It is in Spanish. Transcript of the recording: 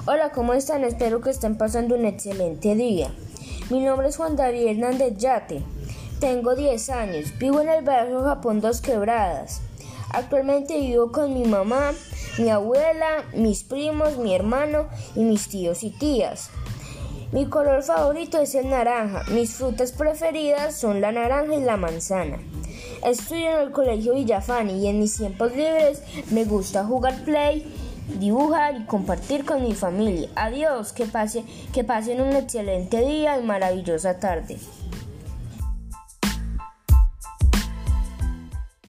Hola, ¿cómo están? Espero que estén pasando un excelente día. Mi nombre es Juan David Hernández Yate. Tengo 10 años. Vivo en el barrio Japón Dos Quebradas. Actualmente vivo con mi mamá, mi abuela, mis primos, mi hermano y mis tíos y tías. Mi color favorito es el naranja. Mis frutas preferidas son la naranja y la manzana. Estudio en el Colegio Villafani y en mis tiempos libres me gusta jugar play, dibujar y compartir con mi familia. Adiós, que pasen un excelente día y maravillosa tarde.